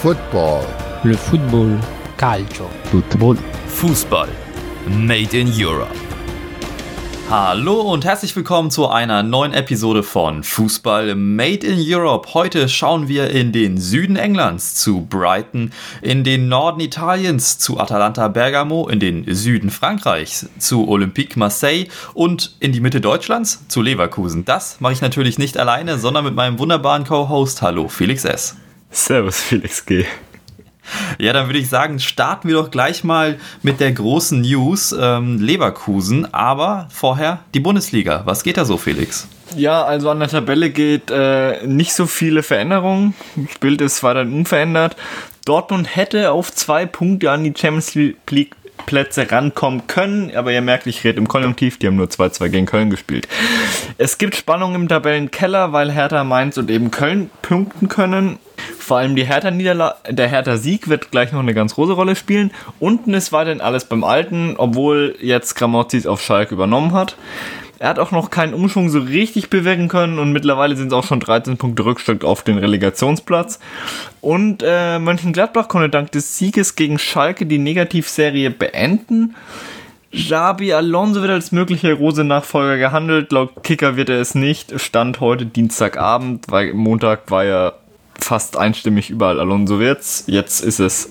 Football. Le football. Calcio. Football. Fußball. Made in Europe. Hallo und herzlich willkommen zu einer neuen Episode von Fußball Made in Europe. Heute schauen wir in den Süden Englands zu Brighton, in den Norden Italiens zu Atalanta Bergamo, in den Süden Frankreichs zu Olympique Marseille und in die Mitte Deutschlands zu Leverkusen. Das mache ich natürlich nicht alleine, sondern mit meinem wunderbaren Co-Host. Hallo Felix S. Servus Felix G. Ja, dann würde ich sagen, starten wir doch gleich mal mit der großen News Leverkusen, aber vorher die Bundesliga. Was geht da so, Felix? Ja, also an der Tabelle geht nicht so viele Veränderungen. Das Bild ist weiterhin unverändert. Dortmund hätte auf 2 Punkte an die Champions League Plätze rankommen können, aber ihr merkt, ich rede im Konjunktiv, die haben nur 2-2 gegen Köln gespielt. Es gibt Spannung im Tabellenkeller, weil Hertha, Mainz und eben Köln punkten können. Vor allem der Hertha-Sieg wird gleich noch eine ganz große Rolle spielen. Unten ist weiterhin alles beim Alten, obwohl jetzt Gramotzis auf Schalke übernommen hat. Er hat auch noch keinen Umschwung so richtig bewirken können und mittlerweile sind es auch schon 13 Punkte Rückstand auf den Relegationsplatz. Und Mönchengladbach konnte dank des Sieges gegen Schalke die Negativserie beenden. Xabi Alonso wird als möglicher Rose-Nachfolger gehandelt. Laut Kicker wird er es nicht. Stand heute Dienstagabend, weil Montag war ja fast einstimmig überall Alonso wird's. Jetzt ist es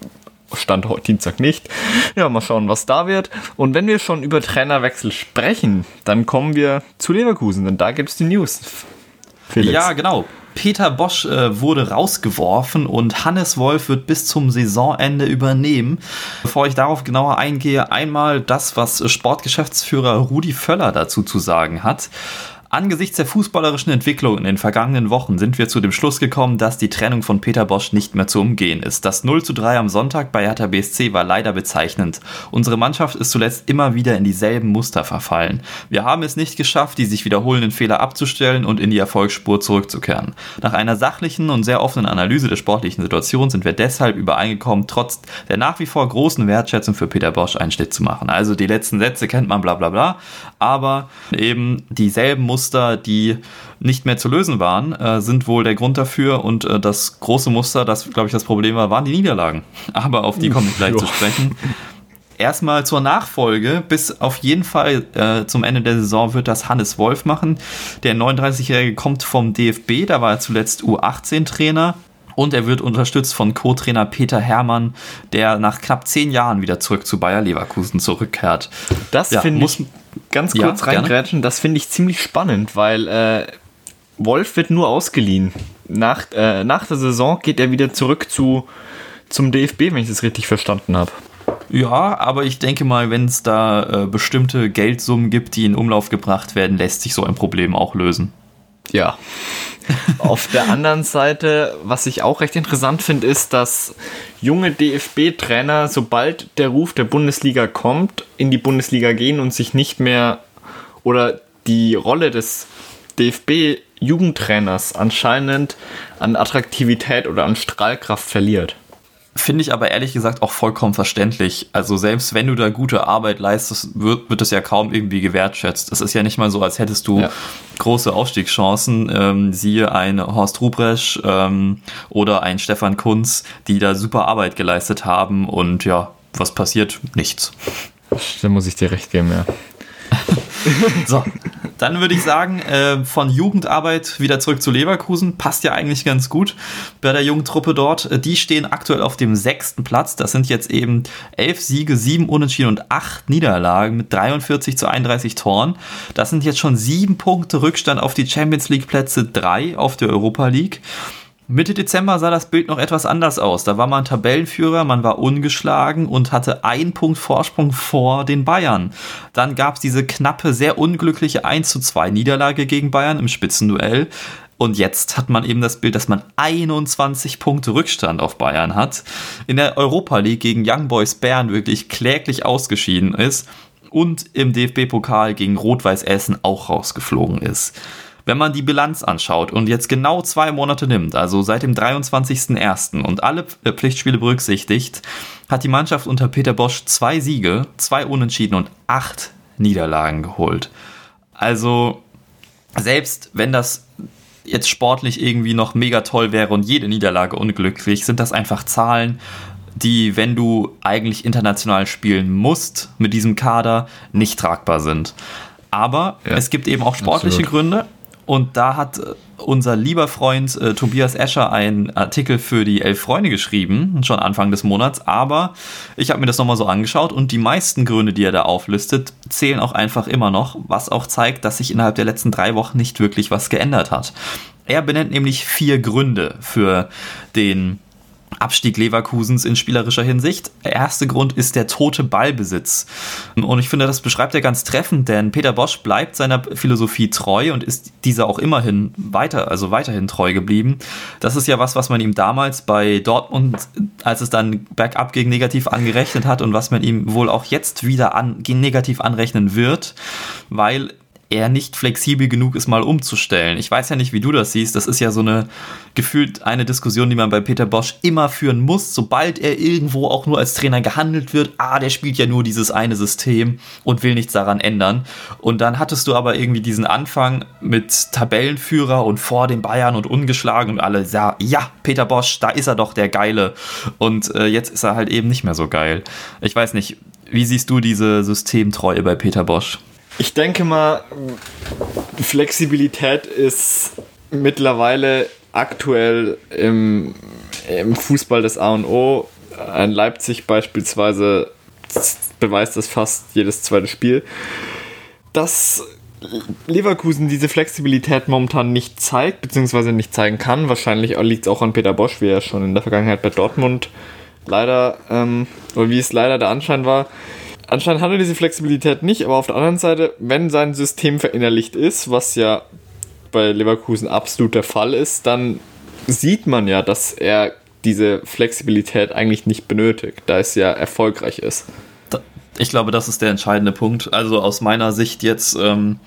Stand heute Dienstag nicht. Ja, mal schauen, was da wird. Und wenn wir schon über Trainerwechsel sprechen, dann kommen wir zu Leverkusen, denn da gibt es die News. Felix. Ja, genau. Peter Bosz wurde rausgeworfen und Hannes Wolf wird bis zum Saisonende übernehmen. Bevor ich darauf genauer eingehe, einmal das, was Sportgeschäftsführer Rudi Völler dazu zu sagen hat. Angesichts der fußballerischen Entwicklung in den vergangenen Wochen sind wir zu dem Schluss gekommen, dass die Trennung von Peter Bosz nicht mehr zu umgehen ist. Das 0:3 am Sonntag bei Hertha BSC war leider bezeichnend. Unsere Mannschaft ist zuletzt immer wieder in dieselben Muster verfallen. Wir haben es nicht geschafft, die sich wiederholenden Fehler abzustellen und in die Erfolgsspur zurückzukehren. Nach einer sachlichen und sehr offenen Analyse der sportlichen Situation sind wir deshalb übereingekommen, trotz der nach wie vor großen Wertschätzung für Peter Bosz einen Schnitt zu machen. Also die letzten Sätze kennt man, bla bla bla, aber eben dieselben Muster, die nicht mehr zu lösen waren, sind wohl der Grund dafür und das große Muster, das glaube ich das Problem war, waren die Niederlagen. Aber auf die komme ich gleich zu sprechen. Erstmal zur Nachfolge. Bis auf jeden Fall zum Ende der Saison wird das Hannes Wolf machen. Der 39-Jährige kommt vom DFB, da war er zuletzt U18-Trainer. Und er wird unterstützt von Co-Trainer Peter Hermann, der nach knapp 10 Jahren wieder zurück zu Bayer Leverkusen zurückkehrt. Das finde ich, ganz kurz reingrätschen, das finde ich ziemlich spannend, weil Wolf wird nur ausgeliehen. Nach der Saison geht er wieder zurück zum DFB, wenn ich das richtig verstanden habe. Ja, aber ich denke mal, wenn es da bestimmte Geldsummen gibt, die in Umlauf gebracht werden, lässt sich so ein Problem auch lösen. Ja. Auf der anderen Seite, was ich auch recht interessant finde, ist, dass junge DFB-Trainer, sobald der Ruf der Bundesliga kommt, in die Bundesliga gehen und sich nicht mehr oder die Rolle des DFB-Jugendtrainers anscheinend an Attraktivität oder an Strahlkraft verliert. Finde ich aber ehrlich gesagt auch vollkommen verständlich. Also selbst wenn du da gute Arbeit leistest, wird das ja kaum irgendwie gewertschätzt. Es ist ja nicht mal so, als hättest du große Aufstiegschancen. Siehe ein Horst Rupresch oder ein Stefan Kuntz, die da super Arbeit geleistet haben. Und ja, was passiert? Nichts. Da muss ich dir recht geben, ja. So, dann würde ich sagen, von Jugendarbeit wieder zurück zu Leverkusen. Passt ja eigentlich ganz gut bei der Jugendtruppe dort. Die stehen aktuell auf dem 6. Platz. Das sind jetzt eben 11 Siege, 7 Unentschieden und 8 Niederlagen mit 43:31 Toren. Das sind jetzt schon 7 Punkte Rückstand auf die Champions League Plätze 3 auf der Europa League. Mitte Dezember sah das Bild noch etwas anders aus. Da war man Tabellenführer, man war ungeschlagen und hatte 1 Punkt Vorsprung vor den Bayern. Dann gab es diese knappe, sehr unglückliche 1:2 Niederlage gegen Bayern im Spitzenduell. Und jetzt hat man eben das Bild, dass man 21 Punkte Rückstand auf Bayern hat. In der Europa League gegen Young Boys Bern wirklich kläglich ausgeschieden ist und im DFB-Pokal gegen Rot-Weiß Essen auch rausgeflogen ist. Wenn man die Bilanz anschaut und jetzt genau 2 Monate nimmt, also seit dem 23.01. und alle Pflichtspiele berücksichtigt, hat die Mannschaft unter Peter Bosz 2 Siege, 2 Unentschieden und 8 Niederlagen geholt. Also selbst wenn das jetzt sportlich irgendwie noch mega toll wäre und jede Niederlage unglücklich, sind das einfach Zahlen, die, wenn du eigentlich international spielen musst, mit diesem Kader nicht tragbar sind. Aber es gibt eben auch sportliche Gründe. Und da hat unser lieber Freund Tobias Escher einen Artikel für die 11 Freunde geschrieben, schon Anfang des Monats. Aber ich habe mir das nochmal so angeschaut und die meisten Gründe, die er da auflistet, zählen auch einfach immer noch, was auch zeigt, dass sich innerhalb der letzten 3 Wochen nicht wirklich was geändert hat. Er benennt nämlich 4 Gründe für den Abstieg Leverkusens in spielerischer Hinsicht. Der erste Grund ist der tote Ballbesitz. Und ich finde, das beschreibt er ganz treffend, denn Peter Bosz bleibt seiner Philosophie treu und ist dieser auch immerhin weiterhin treu geblieben. Das ist ja was man ihm damals bei Dortmund, als es dann bergab ging, negativ angerechnet hat und was man ihm wohl auch jetzt wieder negativ anrechnen wird, weil er nicht flexibel genug ist, mal umzustellen. Ich weiß ja nicht, wie du das siehst. Das ist ja so gefühlt eine Diskussion, die man bei Peter Bosz immer führen muss, sobald er irgendwo auch nur als Trainer gehandelt wird. Der spielt ja nur dieses eine System und will nichts daran ändern. Und dann hattest du aber irgendwie diesen Anfang mit Tabellenführer und vor den Bayern und ungeschlagen und alle sagen, ja, Peter Bosz, da ist er doch der Geile. Und jetzt ist er halt eben nicht mehr so geil. Ich weiß nicht, wie siehst du diese Systemtreue bei Peter Bosz? Ich denke mal, Flexibilität ist mittlerweile aktuell im Fußball das A und O. Ein Leipzig beispielsweise beweist das fast jedes zweite Spiel. Dass Leverkusen diese Flexibilität momentan nicht zeigt, beziehungsweise nicht zeigen kann. Wahrscheinlich liegt es auch an Peter Bosz, wie er schon in der Vergangenheit bei Dortmund leider, oder wie es leider der Anschein war. Anscheinend hat er diese Flexibilität nicht, aber auf der anderen Seite, wenn sein System verinnerlicht ist, was ja bei Leverkusen absolut der Fall ist, dann sieht man ja, dass er diese Flexibilität eigentlich nicht benötigt, da es ja erfolgreich ist. Ich glaube, das ist der entscheidende Punkt. Also aus meiner Sicht jetzt,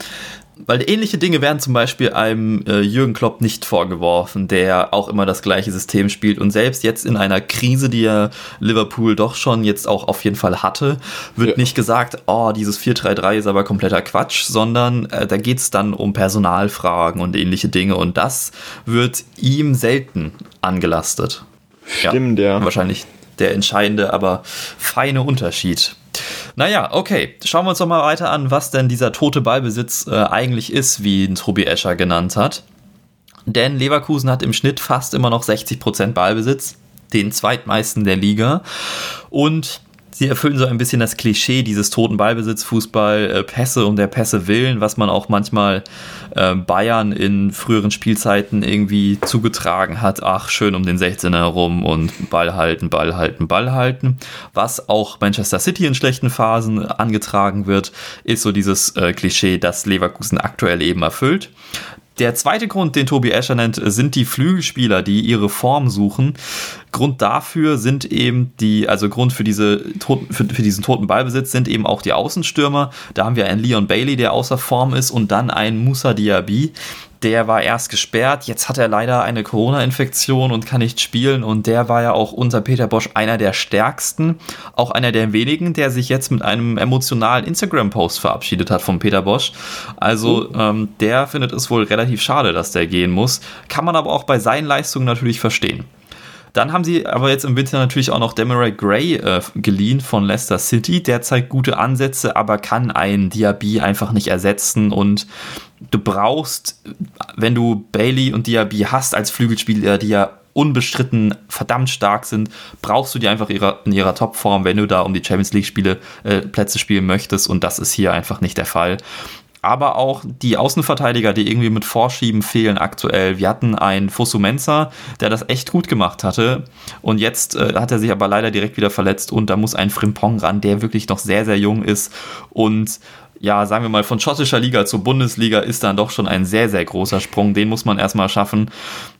weil ähnliche Dinge werden zum Beispiel einem Jürgen Klopp nicht vorgeworfen, der auch immer das gleiche System spielt und selbst jetzt in einer Krise, die ja Liverpool doch schon jetzt auch auf jeden Fall hatte, wird nicht gesagt, dieses 4-3-3 ist aber kompletter Quatsch, sondern da geht es dann um Personalfragen und ähnliche Dinge und das wird ihm selten angelastet. Stimmt, ja. Wahrscheinlich der entscheidende, aber feine Unterschied. Naja, okay. Schauen wir uns doch mal weiter an, was denn dieser tote Ballbesitz eigentlich ist, wie ihn Tobi Escher genannt hat. Denn Leverkusen hat im Schnitt fast immer noch 60% Ballbesitz, den zweitmeisten der Liga. Und sie erfüllen so ein bisschen das Klischee dieses toten Ballbesitz-Fußball, Pässe um der Pässe willen, was man auch manchmal Bayern in früheren Spielzeiten irgendwie zugetragen hat. Ach, schön um den 16er herum und Ball halten, Ball halten, Ball halten. Was auch Manchester City in schlechten Phasen angetragen wird, ist so dieses Klischee, das Leverkusen aktuell eben erfüllt. Der zweite Grund, den Tobi Escher nennt, sind die Flügelspieler, die ihre Form suchen. Grund dafür sind eben Grund für diesen toten Ballbesitz sind eben auch die Außenstürmer. Da haben wir einen Leon Bailey, der außer Form ist und dann einen Moussa Diaby. Der war erst gesperrt, jetzt hat er leider eine Corona-Infektion und kann nicht spielen und der war ja auch unter Peter Bosz einer der stärksten, auch einer der wenigen, der sich jetzt mit einem emotionalen Instagram-Post verabschiedet hat von Peter Bosz. Also der findet es wohl relativ schade, dass der gehen muss. Kann man aber auch bei seinen Leistungen natürlich verstehen. Dann haben sie aber jetzt im Winter natürlich auch noch Demarai Gray geliehen von Leicester City. Der zeigt gute Ansätze, aber kann einen Diaby einfach nicht ersetzen und du brauchst, wenn du Bailey und Diaby hast als Flügelspieler, die ja unbestritten verdammt stark sind, brauchst du die einfach in ihrer Topform, wenn du da um die Champions League Plätze spielen möchtest und das ist hier einfach nicht der Fall. Aber auch die Außenverteidiger, die irgendwie mit Vorschieben fehlen aktuell. Wir hatten einen Fosu Mensah, der das echt gut gemacht hatte. Und jetzt hat er sich aber leider direkt wieder verletzt. Und da muss ein Frimpong ran, der wirklich noch sehr, sehr jung ist. Und ja, sagen wir mal, von schottischer Liga zur Bundesliga ist dann doch schon ein sehr, sehr großer Sprung. Den muss man erstmal schaffen.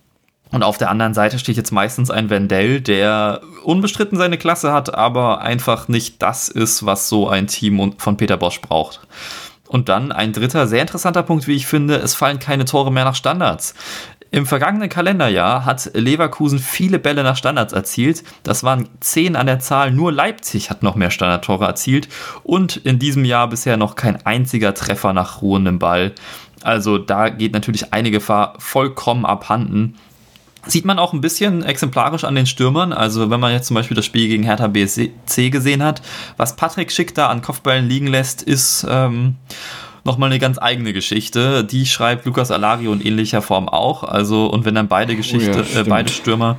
Und auf der anderen Seite steht jetzt meistens ein Wendell, der unbestritten seine Klasse hat, aber einfach nicht das ist, was so ein Team von Peter Bosz braucht. Und dann ein dritter, sehr interessanter Punkt, wie ich finde, es fallen keine Tore mehr nach Standards. Im vergangenen Kalenderjahr hat Leverkusen viele Bälle nach Standards erzielt. Das waren 10 an der Zahl, nur Leipzig hat noch mehr Standardtore erzielt. Und in diesem Jahr bisher noch kein einziger Treffer nach ruhendem Ball. Also da geht natürlich eine Gefahr vollkommen abhanden. Sieht man auch ein bisschen exemplarisch an den Stürmern. Also wenn man jetzt zum Beispiel das Spiel gegen Hertha BSC gesehen hat, was Patrick Schick da an Kopfballen liegen lässt, ist nochmal eine ganz eigene Geschichte. Die schreibt Lucas Alario in ähnlicher Form auch. Also, und wenn dann beide Stürmer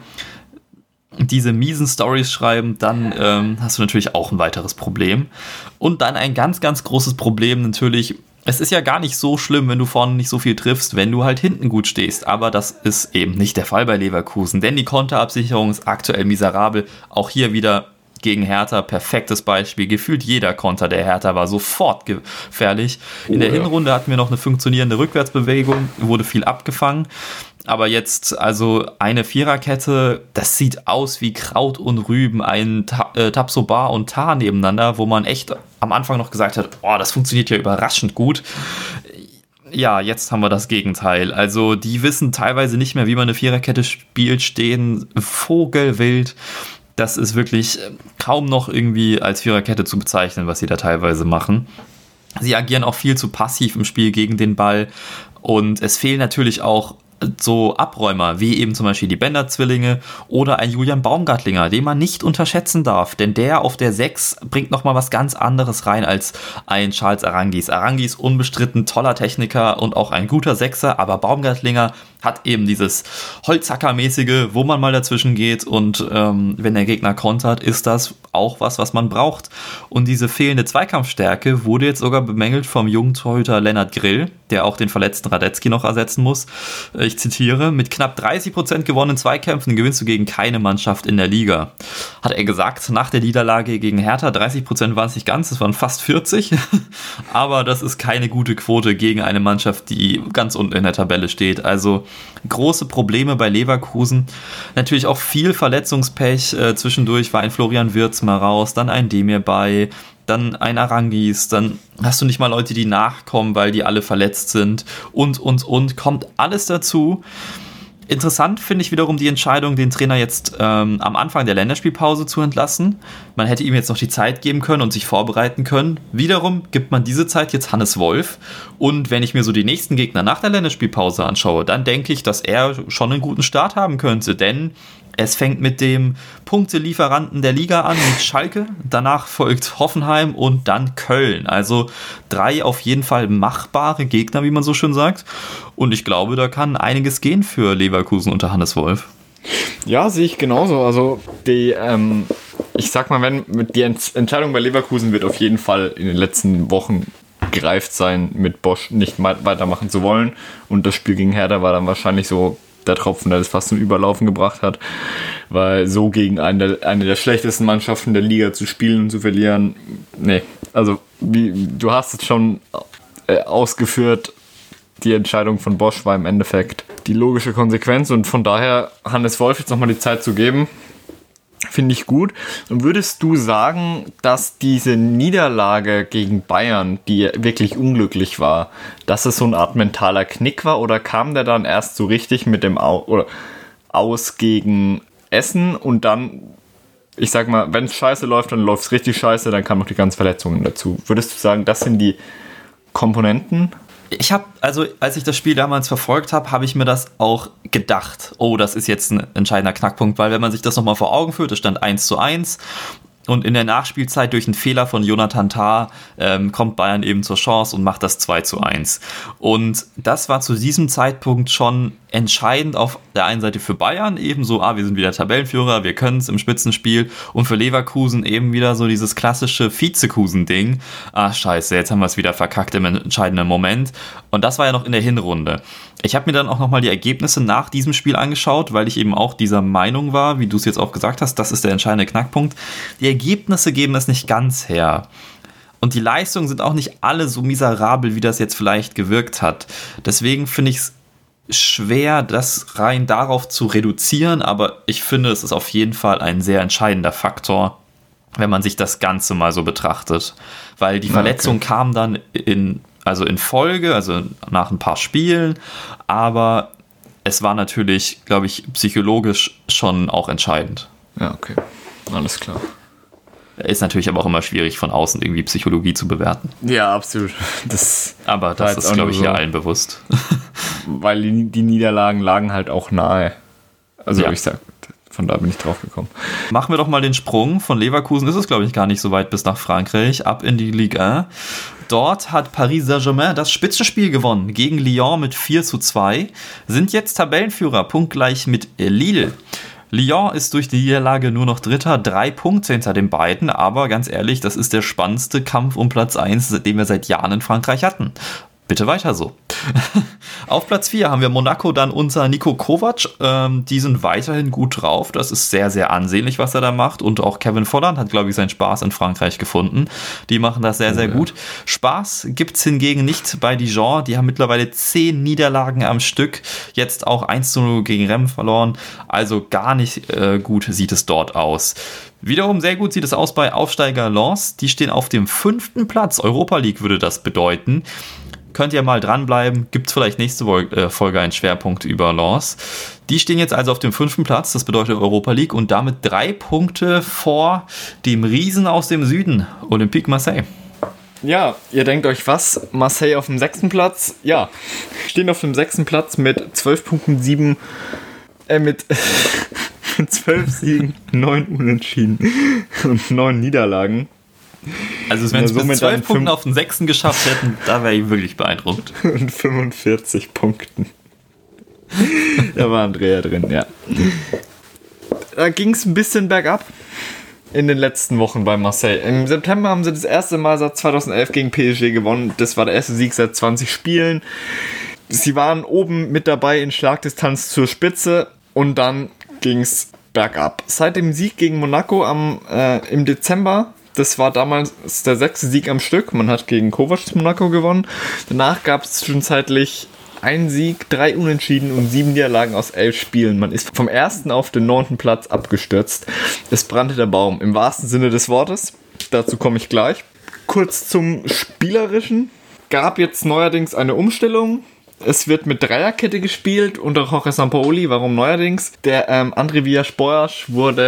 diese miesen Stories schreiben, dann hast du natürlich auch ein weiteres Problem. Und dann ein ganz, ganz großes Problem natürlich. Es ist ja gar nicht so schlimm, wenn du vorne nicht so viel triffst, wenn du halt hinten gut stehst. Aber das ist eben nicht der Fall bei Leverkusen, denn die Konterabsicherung ist aktuell miserabel. Auch hier wieder gegen Hertha, perfektes Beispiel. Gefühlt jeder Konter der Hertha war sofort gefährlich. In der Hinrunde hatten wir noch eine funktionierende Rückwärtsbewegung, wurde viel abgefangen. Aber jetzt also eine Viererkette, das sieht aus wie Kraut und Rüben, ein Tapsoba und Tah nebeneinander, wo man echt am Anfang noch gesagt hat, oh, das funktioniert ja überraschend gut. Ja, jetzt haben wir das Gegenteil. Also die wissen teilweise nicht mehr, wie man eine Viererkette spielt, stehen vogelwild. Das ist wirklich kaum noch irgendwie als Viererkette zu bezeichnen, was sie da teilweise machen. Sie agieren auch viel zu passiv im Spiel gegen den Ball und es fehlen natürlich auch so Abräumer, wie eben zum Beispiel die Bender-Zwillinge oder ein Julian Baumgartlinger, den man nicht unterschätzen darf, denn der auf der 6 bringt nochmal was ganz anderes rein als ein Charles Aránguiz. Aránguiz unbestritten toller Techniker und auch ein guter Sechser, aber Baumgartlinger hat eben dieses Holzhacker-mäßige, wo man mal dazwischen geht und wenn der Gegner kontert, ist das auch was man braucht. Und diese fehlende Zweikampfstärke wurde jetzt sogar bemängelt vom jungen Torhüter Lennart Grill, der auch den verletzten Radetzky noch ersetzen muss. Ich zitiere, mit knapp 30% gewonnenen Zweikämpfen gewinnst du gegen keine Mannschaft in der Liga. Hat er gesagt, nach der Niederlage gegen Hertha, 30% waren es nicht ganz, es waren fast 40, aber das ist keine gute Quote gegen eine Mannschaft, die ganz unten in der Tabelle steht. Also große Probleme bei Leverkusen. Natürlich auch viel Verletzungspech. Zwischendurch war ein Florian Wirtz mal raus, dann ein Demir bei, dann ein Aránguiz, dann hast du nicht mal Leute, die nachkommen, weil die alle verletzt sind und. Kommt alles dazu. Interessant finde ich wiederum die Entscheidung, den Trainer jetzt am Anfang der Länderspielpause zu entlassen. Man hätte ihm jetzt noch die Zeit geben können und sich vorbereiten können. Wiederum gibt man diese Zeit jetzt Hannes Wolf. Und wenn ich mir so die nächsten Gegner nach der Länderspielpause anschaue, dann denke ich, dass er schon einen guten Start haben könnte. Denn es fängt mit dem Punktelieferanten der Liga an, mit Schalke. Danach folgt Hoffenheim und dann Köln. Also 3 auf jeden Fall machbare Gegner, wie man so schön sagt. Und ich glaube, da kann einiges gehen für Leverkusen unter Hannes Wolf. Ja, sehe ich genauso. Also ich sag mal, die Entscheidung bei Leverkusen wird auf jeden Fall in den letzten Wochen gereift sein, mit Bosch nicht weitermachen zu wollen. Und das Spiel gegen Hertha war dann wahrscheinlich so der Tropfen, der das fast zum Überlaufen gebracht hat, weil so gegen eine der schlechtesten Mannschaften der Liga zu spielen und zu verlieren, nee, also du hast es schon ausgeführt, die Entscheidung von Bosch war im Endeffekt die logische Konsequenz und von daher Hannes Wolf jetzt nochmal die Zeit zu geben, finde ich gut. Und würdest du sagen, dass diese Niederlage gegen Bayern, die wirklich unglücklich war, dass es so eine Art mentaler Knick war oder kam der dann erst so richtig mit dem Aus gegen Essen und dann, ich sag mal, wenn es scheiße läuft, dann läuft es richtig scheiße, dann kamen noch die ganzen Verletzungen dazu. Würdest du sagen, das sind die Komponenten? Ich habe, also als ich das Spiel damals verfolgt habe, habe ich mir das auch gedacht. Oh, das ist jetzt ein entscheidender Knackpunkt, weil wenn man sich das nochmal vor Augen führt, es stand 1:1 und in der Nachspielzeit durch einen Fehler von Jonathan Tah kommt Bayern eben zur Chance und macht das 2:1. Und das war zu diesem Zeitpunkt schon entscheidend auf der einen Seite für Bayern eben so, wir sind wieder Tabellenführer, wir können es im Spitzenspiel und für Leverkusen eben wieder so dieses klassische Vizekusen-Ding. Scheiße, jetzt haben wir es wieder verkackt im entscheidenden Moment. Und das war ja noch in der Hinrunde. Ich habe mir dann auch nochmal die Ergebnisse nach diesem Spiel angeschaut, weil ich eben auch dieser Meinung war, wie du es jetzt auch gesagt hast, das ist der entscheidende Knackpunkt. Die Ergebnisse geben es nicht ganz her. Und die Leistungen sind auch nicht alle so miserabel, wie das jetzt vielleicht gewirkt hat. Deswegen finde ich es schwer, das rein darauf zu reduzieren, aber ich finde, es ist auf jeden Fall ein sehr entscheidender Faktor, wenn man sich das Ganze mal so betrachtet. Weil die Verletzung kam dann in Folge, also nach ein paar Spielen, aber es war natürlich, glaube ich, psychologisch schon auch entscheidend. Ja, okay. Alles klar. Ist natürlich aber auch immer schwierig, von außen irgendwie Psychologie zu bewerten. Ja, absolut. Aber das ist, glaube ich, hier allen bewusst. Weil die Niederlagen lagen halt auch nahe. Also Ja. ich sag, von da bin ich drauf gekommen. Machen wir doch mal den Sprung. Von Leverkusen ist es, glaube ich, gar nicht so weit bis nach Frankreich, ab in die Ligue 1. Dort hat Paris Saint-Germain das Spitzenspiel gewonnen gegen Lyon mit 4:2, sind jetzt Tabellenführer, punktgleich mit Lille. Lyon ist durch die Niederlage nur noch Dritter, 3 Punkte hinter den beiden, aber ganz ehrlich, das ist der spannendste Kampf um Platz 1, den wir seit Jahren in Frankreich hatten. Bitte weiter so. Auf Platz 4 haben wir Monaco dann unter Niko Kovac. Die sind weiterhin gut drauf. Das ist sehr, sehr ansehnlich, was er da macht. Und auch Kevin Volland hat, glaube ich, seinen Spaß in Frankreich gefunden. Die machen das sehr, sehr gut. Spaß gibt es hingegen nicht bei Dijon. Die haben mittlerweile 10 Niederlagen am Stück. Jetzt auch 1:0 gegen Rennes verloren. Also gar nicht gut sieht es dort aus. Wiederum sehr gut sieht es aus bei Aufsteiger Lens. Die stehen auf dem 5. Platz. Europa League würde das bedeuten. Könnt ihr mal dranbleiben, gibt es vielleicht nächste Folge einen Schwerpunkt über Lens. Die stehen jetzt also auf dem 5. Platz, das bedeutet Europa League und damit 3 Punkte vor dem Riesen aus dem Süden, Olympique Marseille. Ja, ihr denkt euch was? Marseille auf dem 6. Platz? Ja, stehen auf dem 6. Platz mit 12 Punkten, mit 12 Siegen, 9 Unentschieden und 9 Niederlagen. Also wenn sie mit 12 Punkten auf den 6. geschafft hätten, da wäre ich wirklich beeindruckt. Und 45 Punkten. Da war Andrea drin, ja. Da ging es ein bisschen bergab in den letzten Wochen bei Marseille. Im September haben sie das erste Mal seit 2011 gegen PSG gewonnen. Das war der erste Sieg seit 20 Spielen. Sie waren oben mit dabei in Schlagdistanz zur Spitze und dann ging es bergab. Seit dem Sieg gegen Monaco im Dezember, das war damals der 6. Sieg am Stück. Man hat gegen Kovac Monaco gewonnen. Danach gab es zwischenzeitlich 1 Sieg, 3 Unentschieden und 7 Niederlagen aus 11 Spielen. Man ist vom 1. auf den 9. Platz abgestürzt. Es brannte der Baum, im wahrsten Sinne des Wortes. Dazu komme ich gleich. Kurz zum Spielerischen. Gab jetzt neuerdings eine Umstellung. Es wird mit Dreierkette gespielt unter Jorge Sampaoli. Warum neuerdings? Der André Villas-Boas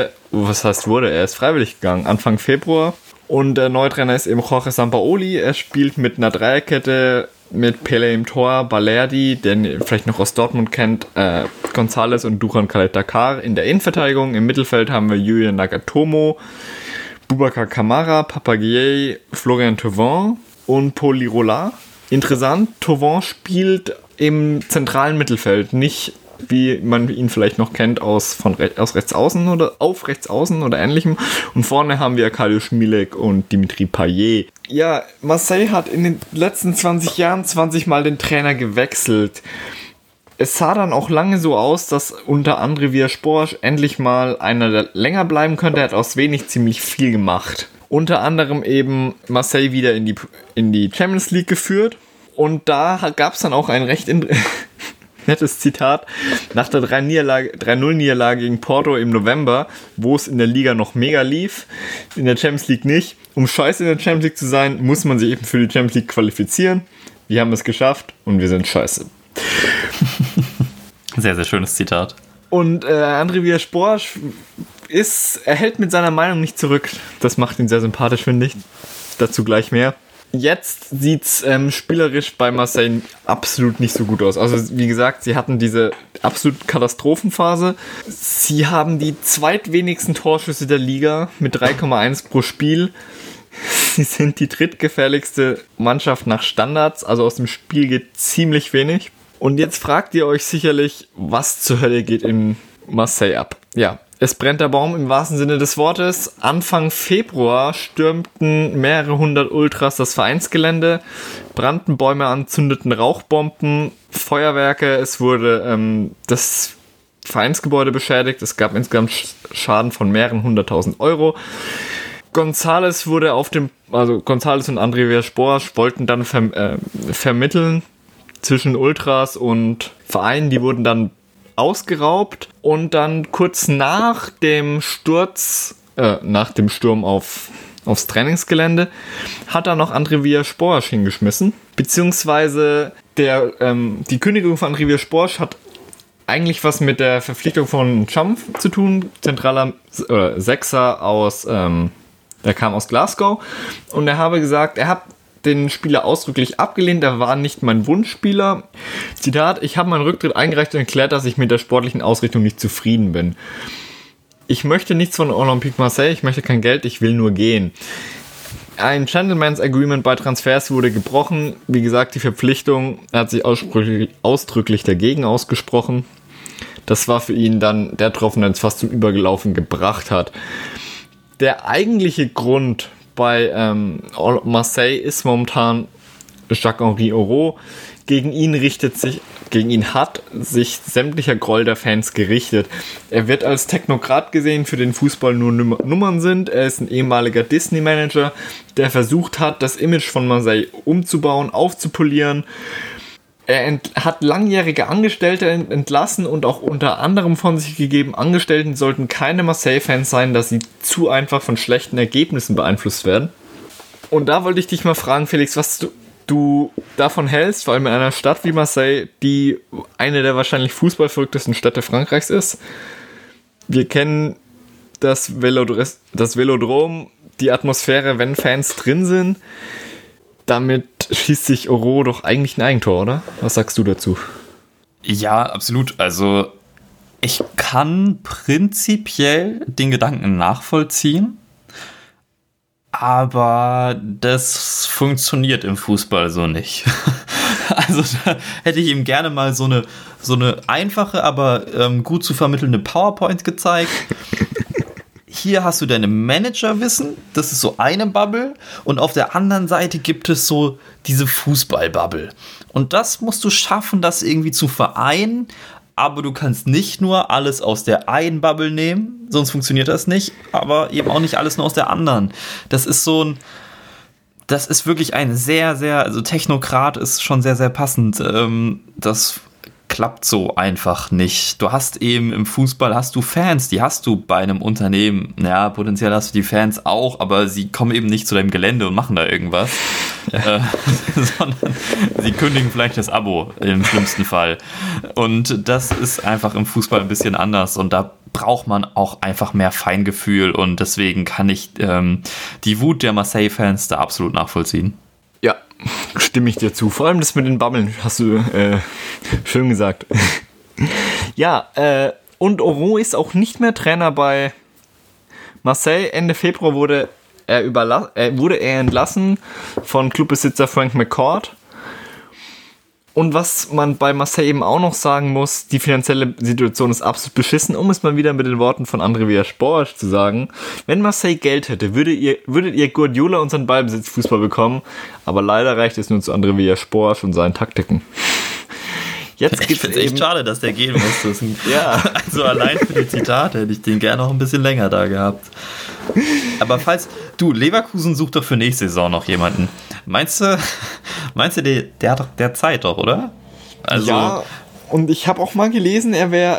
er ist freiwillig gegangen, Anfang Februar. Und der neue Trainer ist eben Jorge Sampaoli. Er spielt mit einer Dreierkette mit Pele im Tor, Balerdi, den ihr vielleicht noch aus Dortmund kennt, González und Dusan Khaled-Dakar in der Innenverteidigung. Im Mittelfeld haben wir Yuya Nagatomo, Boubacar Kamara, Papagueye, Florian Thauvin und Paul Lirola. Interessant, Thauvin spielt im zentralen Mittelfeld, nicht wie man ihn vielleicht noch kennt aus rechts außen oder auf rechts außen oder ähnlichem. Und vorne haben wir Kaliusz Milek und Dimitri Payet. Ja, Marseille hat in den letzten 20 Jahren 20 Mal den Trainer gewechselt. Es sah dann auch lange so aus, dass unter André Villas-Boas endlich mal einer, der länger bleiben könnte. Er hat aus wenig ziemlich viel gemacht. Unter anderem eben Marseille wieder in die Champions League geführt. Und da gab es dann auch ein recht nettes Zitat. Nach der 3-0-Niederlage gegen Porto im November, wo es in der Liga noch mega lief, in der Champions League nicht. Um scheiße in der Champions League zu sein, muss man sich eben für die Champions League qualifizieren. Wir haben es geschafft und wir sind scheiße. Sehr, sehr schönes Zitat. Und André Villas-Boas er hält mit seiner Meinung nicht zurück. Das macht ihn sehr sympathisch, finde ich. Dazu gleich mehr. Jetzt sieht es spielerisch bei Marseille absolut nicht so gut aus. Also wie gesagt, sie hatten diese absolute Katastrophenphase. Sie haben die zweitwenigsten Torschüsse der Liga mit 3,1 pro Spiel. Sie sind die drittgefährlichste Mannschaft nach Standards. Also aus dem Spiel geht ziemlich wenig. Und jetzt fragt ihr euch sicherlich, was zur Hölle geht in Marseille ab? Ja, es brennt der Baum im wahrsten Sinne des Wortes. Anfang Februar stürmten mehrere hundert Ultras das Vereinsgelände, brannten Bäume an, zündeten Rauchbomben, Feuerwerke. Es wurde das Vereinsgebäude beschädigt. Es gab insgesamt Schaden von mehreren 100.000 Euro. González und André Villas-Boas wollten dann vermitteln zwischen Ultras und Vereinen. Die wurden dann ausgeraubt und dann kurz nach dem Sturm aufs Trainingsgelände hat er noch André Villas-Boas hingeschmissen, beziehungsweise die Kündigung von André Villas-Boas hat eigentlich was mit der Verpflichtung von Champ zu tun, zentraler Sechser aus Der kam aus Glasgow und er habe gesagt, er hat den Spieler ausdrücklich abgelehnt, er war nicht mein Wunschspieler. Zitat, ich habe meinen Rücktritt eingereicht und erklärt, dass ich mit der sportlichen Ausrichtung nicht zufrieden bin. Ich möchte nichts von Olympique Marseille, ich möchte kein Geld, ich will nur gehen. Ein Gentleman's Agreement bei Transfers wurde gebrochen. Wie gesagt, die Verpflichtung, er hat sich ausdrücklich dagegen ausgesprochen. Das war für ihn dann der Tropfen, der es fast zum Übergelaufen gebracht hat. Der eigentliche Grund bei Marseille ist momentan Jacques-Henri Aurault. Gegen ihn hat sich sämtlicher Groll der Fans gerichtet. Er wird als Technokrat gesehen, für den Fußball nur Nummern sind. Er ist ein ehemaliger Disney-Manager, der versucht hat, das Image von Marseille umzubauen, aufzupolieren. Er hat langjährige Angestellte entlassen und auch unter anderem von sich gegeben, Angestellten sollten keine Marseille-Fans sein, dass sie zu einfach von schlechten Ergebnissen beeinflusst werden. Und da wollte ich dich mal fragen, Felix, was du davon hältst, vor allem in einer Stadt wie Marseille, die eine der wahrscheinlich fußballverrücktesten Städte Frankreichs ist. Wir kennen das Velodrom, die Atmosphäre, wenn Fans drin sind. Damit schießt sich Aurault doch eigentlich ein Eigentor, oder? Was sagst du dazu? Ja, absolut. Also ich kann prinzipiell den Gedanken nachvollziehen, aber das funktioniert im Fußball so nicht. Also da hätte ich ihm gerne mal so eine einfache, aber gut zu vermittelnde PowerPoint gezeigt. Hier hast du deine Managerwissen, das ist so eine Bubble, und auf der anderen Seite gibt es so diese Fußballbubble. Und das musst du schaffen, das irgendwie zu vereinen, aber du kannst nicht nur alles aus der einen Bubble nehmen, sonst funktioniert das nicht, aber eben auch nicht alles nur aus der anderen. Das ist wirklich ein sehr, sehr, also Technokrat ist schon sehr, sehr passend. Das klappt so einfach nicht. Du hast eben im Fußball hast du Fans, die hast du bei einem Unternehmen. Ja, potenziell hast du die Fans auch, aber sie kommen eben nicht zu deinem Gelände und machen da irgendwas. Sondern sie kündigen vielleicht das Abo im schlimmsten Fall. Und das ist einfach im Fußball ein bisschen anders und da braucht man auch einfach mehr Feingefühl und deswegen kann ich die Wut der Marseille-Fans da absolut nachvollziehen. Ja, stimme ich dir zu. Vor allem das mit den Bubbeln hast du schön gesagt. Ja, und Aurault ist auch nicht mehr Trainer bei Marseille. Ende Februar wurde er entlassen von Clubbesitzer Frank McCourt. Und was man bei Marseille eben auch noch sagen muss, die finanzielle Situation ist absolut beschissen, um es mal wieder mit den Worten von André Villas-Boas zu sagen. Wenn Marseille Geld hätte, würdet ihr Guardiola und seinen Ballbesitzfußball bekommen, aber leider reicht es nur zu André Villas-Boas und seinen Taktiken. Jetzt ich finde es echt schade, dass der gehen musste. Ja. Also allein für die Zitate hätte ich den gerne noch ein bisschen länger da gehabt. Aber Leverkusen sucht doch für nächste Saison noch jemanden. Meinst du, der hat doch der Zeit doch, oder? Also, ja, und ich habe auch mal gelesen, er wäre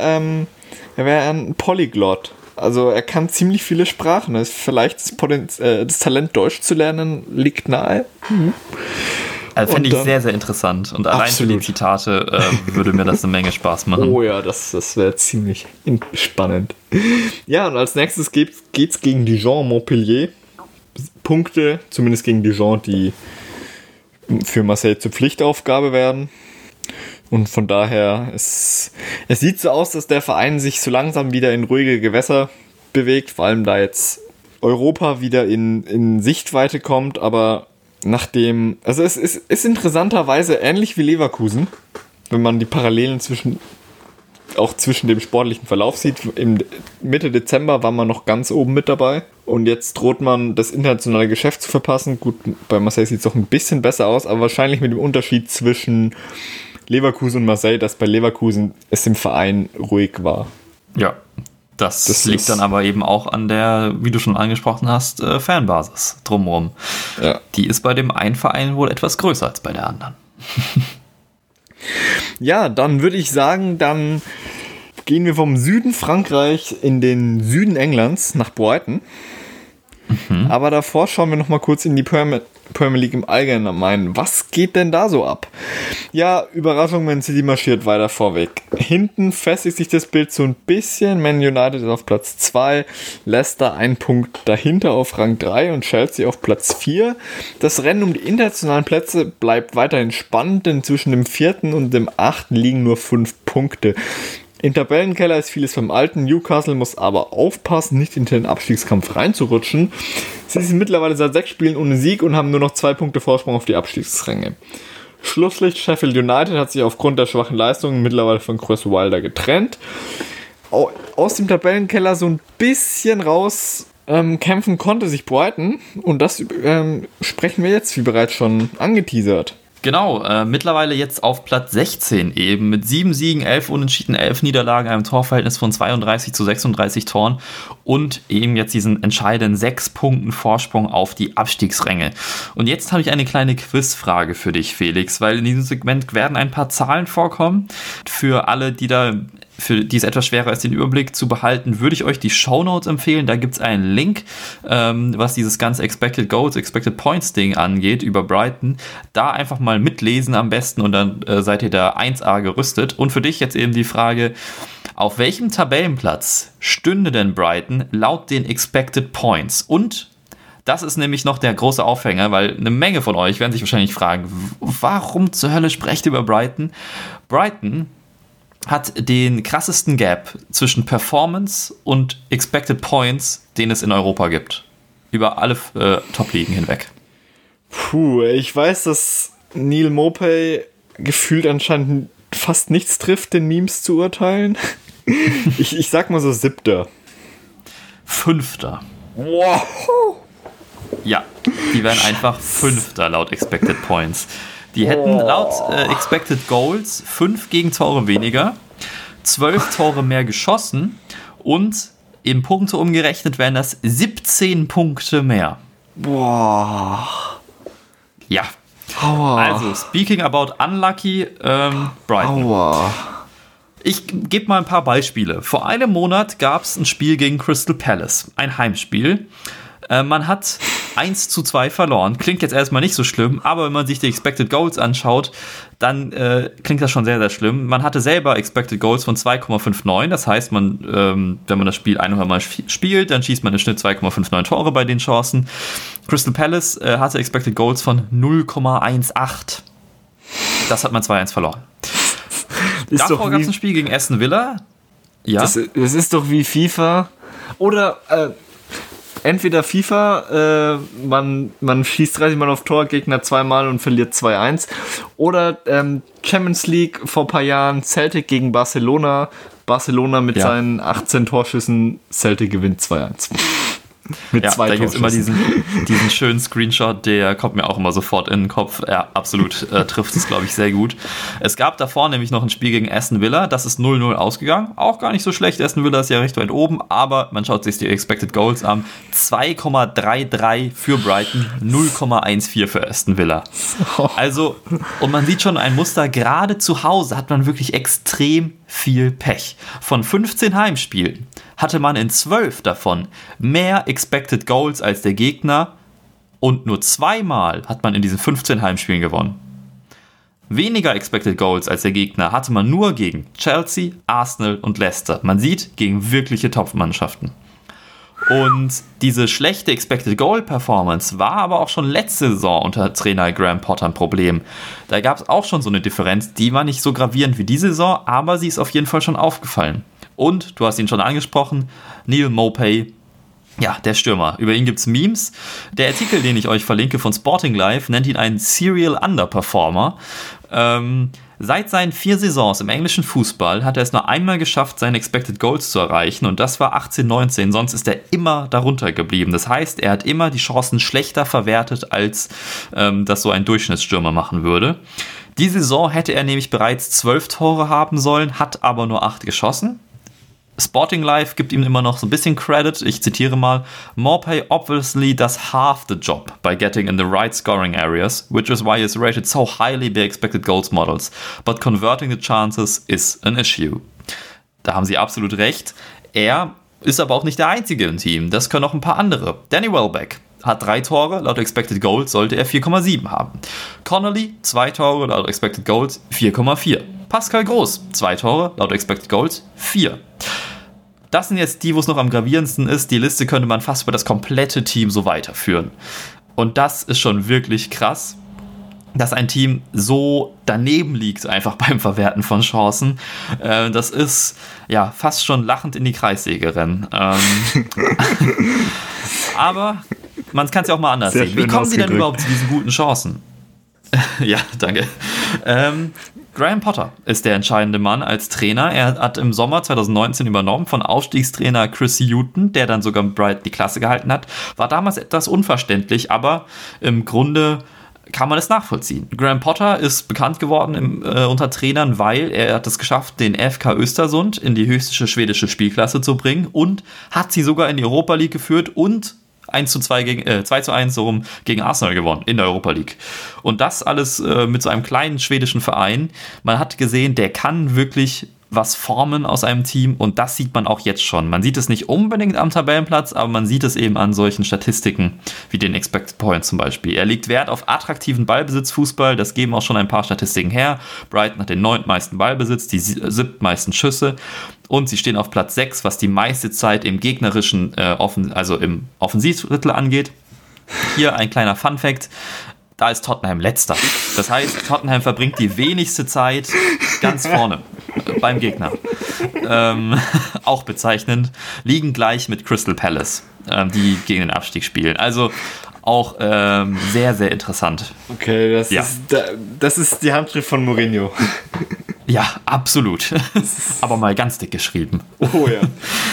ein Polyglot. Also er kann ziemlich viele Sprachen. Vielleicht das Talent Deutsch zu lernen liegt nahe. Also finde ich sehr, sehr interessant. Und allein absolut. Für die Zitate würde mir das eine Menge Spaß machen. Oh ja, das wäre ziemlich spannend. Ja, und als nächstes geht's gegen Dijon Montpellier. Punkte, zumindest gegen Dijon, die für Marseille zur Pflichtaufgabe werden. Und von daher, es sieht so aus, dass der Verein sich so langsam wieder in ruhige Gewässer bewegt, vor allem da jetzt Europa wieder in Sichtweite kommt, aber also es ist interessanterweise ähnlich wie Leverkusen, wenn man die Parallelen zwischen dem sportlichen Verlauf sieht. Mitte Dezember war man noch ganz oben mit dabei und jetzt droht man das internationale Geschäft zu verpassen. Gut, bei Marseille sieht es doch ein bisschen besser aus, aber wahrscheinlich mit dem Unterschied zwischen Leverkusen und Marseille, dass bei Leverkusen es im Verein ruhig war. Ja, das liegt dann aber eben auch an der, wie du schon angesprochen hast, Fanbasis drumherum. Ja. Die ist bei dem einen Verein wohl etwas größer als bei der anderen. Ja, dann würde ich sagen, dann gehen wir vom Süden Frankreich in den Süden Englands nach Brighton. Aber davor schauen wir noch mal kurz in die Premier League im Allgemeinen. Was geht denn da so ab? Ja, Überraschung, Man City marschiert weiter vorweg. Hinten festigt sich das Bild so ein bisschen. Man United ist auf Platz 2, Leicester ein Punkt dahinter auf Rang 3 und Chelsea auf Platz 4. Das Rennen um die internationalen Plätze bleibt weiterhin spannend, denn zwischen dem 4. und dem 8. liegen nur 5 Punkte. Im Tabellenkeller ist vieles vom Alten. Newcastle muss aber aufpassen, nicht in den Abstiegskampf reinzurutschen. Sie sind mittlerweile seit 6 Spielen ohne Sieg und haben nur noch 2 Punkte Vorsprung auf die Abstiegsränge. Schlusslicht Sheffield United hat sich aufgrund der schwachen Leistungen mittlerweile von Chris Wilder getrennt. Aus dem Tabellenkeller so ein bisschen raus kämpfen konnte sich Brighton und das sprechen wir jetzt, wie bereits schon angeteasert. Genau, mittlerweile jetzt auf Platz 16 eben mit 7 Siegen, 11 Unentschieden, 11 Niederlagen, einem Torverhältnis von 32 zu 36 Toren und eben jetzt diesen entscheidenden 6 Punkten Vorsprung auf die Abstiegsränge. Und jetzt habe ich eine kleine Quizfrage für dich, Felix, weil in diesem Segment werden ein paar Zahlen vorkommen. Für alle, für die es etwas schwerer ist, den Überblick zu behalten, würde ich euch die Shownotes empfehlen. Da gibt es einen Link, was dieses ganze Expected Goals, Expected Points Ding angeht, über Brighton. Da einfach mal mitlesen am besten und dann seid ihr da 1A gerüstet. Und für dich jetzt eben die Frage, auf welchem Tabellenplatz stünde denn Brighton laut den Expected Points? Und das ist nämlich noch der große Aufhänger, weil eine Menge von euch werden sich wahrscheinlich fragen, warum zur Hölle sprecht ihr über Brighton? Brighton hat den krassesten Gap zwischen Performance und Expected Points, den es in Europa gibt. Über alle Top-Ligen hinweg. Puh, ich weiß, dass Neil Maupay gefühlt anscheinend fast nichts trifft, den Memes zu urteilen. ich sag mal so 7. 5. Wow. Ja, die wären einfach 5. laut Expected Points. Die hätten laut Expected Goals 5 Gegentore weniger, 12 Tore mehr geschossen und in Punkte umgerechnet wären das 17 Punkte mehr. Boah. Ja. Aua. Also, speaking about unlucky, Brighton. Aua. Ich gebe mal ein paar Beispiele. Vor einem Monat gab es ein Spiel gegen Crystal Palace, ein Heimspiel. Man hat 1:2 verloren. Klingt jetzt erstmal nicht so schlimm, aber wenn man sich die Expected Goals anschaut, dann klingt das schon sehr, sehr schlimm. Man hatte selber Expected Goals von 2,59. Das heißt, wenn man das Spiel 100 Mal spielt, dann schießt man im Schnitt 2,59 Tore bei den Chancen. Crystal Palace hatte Expected Goals von 0,18. Das hat man 2-1 verloren. Davor gab es ein Spiel gegen Aston Villa. Ja. Das ist doch wie FIFA. Oder entweder FIFA, man schießt 30 Mal auf Tor, Gegner 2-mal und verliert 2-1. Oder Champions League vor ein paar Jahren, Celtic gegen Barcelona. Barcelona mit seinen 18 Torschüssen, Celtic gewinnt 2-1. Mit 2 da gibt es immer diesen schönen Screenshot, der kommt mir auch immer sofort in den Kopf. Ja, absolut, trifft es, glaube ich, sehr gut. Es gab davor nämlich noch ein Spiel gegen Aston Villa, das ist 0-0 ausgegangen. Auch gar nicht so schlecht, Aston Villa ist ja recht weit oben, aber man schaut sich die Expected Goals an. 2,33 für Brighton, 0,14 für Aston Villa. Also, und man sieht schon ein Muster, gerade zu Hause hat man wirklich extrem viel Pech. Von 15 Heimspielen hatte man in 12 davon mehr Expected Goals als der Gegner und nur 2-mal hat man in diesen 15 Heimspielen gewonnen. Weniger Expected Goals als der Gegner hatte man nur gegen Chelsea, Arsenal und Leicester. Man sieht, gegen wirkliche Top-Mannschaften. Und diese schlechte Expected Goal Performance war aber auch schon letzte Saison unter Trainer Graham Potter ein Problem. Da gab es auch schon so eine Differenz, die war nicht so gravierend wie diese Saison, aber sie ist auf jeden Fall schon aufgefallen. Und, du hast ihn schon angesprochen, Neil Maupay, ja, der Stürmer. Über ihn gibt es Memes. Der Artikel, den ich euch verlinke von Sporting Live, nennt ihn einen Serial Underperformer. Seit seinen 4 Saisons im englischen Fußball hat er es nur einmal geschafft, seine Expected Goals zu erreichen und das war 18/19, sonst ist er immer darunter geblieben. Das heißt, er hat immer die Chancen schlechter verwertet, als das so ein Durchschnittsstürmer machen würde. Die Saison hätte er nämlich bereits 12 Tore haben sollen, hat aber nur 8 geschossen. Sporting Life gibt ihm immer noch so ein bisschen Credit. Ich zitiere mal: Maupay obviously does half the job by getting in the right scoring areas, which is why he is rated so highly by expected goals models. But converting the chances is an issue. Da haben sie absolut recht. Er ist aber auch nicht der Einzige im Team. Das können auch ein paar andere. Danny Welbeck, hat 3 Tore, laut Expected Goals sollte er 4,7 haben. Connolly, 2 Tore, laut Expected Goals 4,4. Pascal Groß, 2 Tore, laut Expected Goals 4. Das sind jetzt die, wo es noch am gravierendsten ist. Die Liste könnte man fast über das komplette Team so weiterführen. Und das ist schon wirklich krass, dass ein Team so daneben liegt, einfach beim Verwerten von Chancen. Das ist ja fast schon lachend in die Kreissäge rennen. Aber man kann es ja auch mal anders sehen. Wie kommen sie denn überhaupt zu diesen guten Chancen? Ja, danke. Graham Potter ist der entscheidende Mann als Trainer. Er hat im Sommer 2019 übernommen von Aufstiegstrainer Chris Hughton, der dann sogar mit Brighton die Klasse gehalten hat. War damals etwas unverständlich, aber im Grunde kann man es nachvollziehen. Graham Potter ist bekannt geworden unter Trainern, weil er hat es geschafft, den FK Östersund in die höchste schwedische Spielklasse zu bringen und hat sie sogar in die Europa League geführt und 2:1 so rum gegen Arsenal gewonnen in der Europa League. Und das alles mit so einem kleinen schwedischen Verein. Man hat gesehen, der kann wirklich was formen aus einem Team und das sieht man auch jetzt schon. Man sieht es nicht unbedingt am Tabellenplatz, aber man sieht es eben an solchen Statistiken wie den Expected Points zum Beispiel. Er legt Wert auf attraktiven Ballbesitzfußball, das geben auch schon ein paar Statistiken her. Brighton hat den 9. meisten Ballbesitz, die 7. meisten Schüsse und sie stehen auf Platz 6, was die meiste Zeit im gegnerischen, also im Offensivdrittel angeht. Hier ein kleiner Funfact. Da ist Tottenham letzter. Das heißt, Tottenham verbringt die wenigste Zeit ganz vorne beim Gegner. Auch bezeichnend. Liegen gleich mit Crystal Palace, die gegen den Abstieg spielen. Also auch sehr, sehr interessant. Okay, das ist die Handschrift von Mourinho. Ja, absolut. Aber mal ganz dick geschrieben. Oh ja.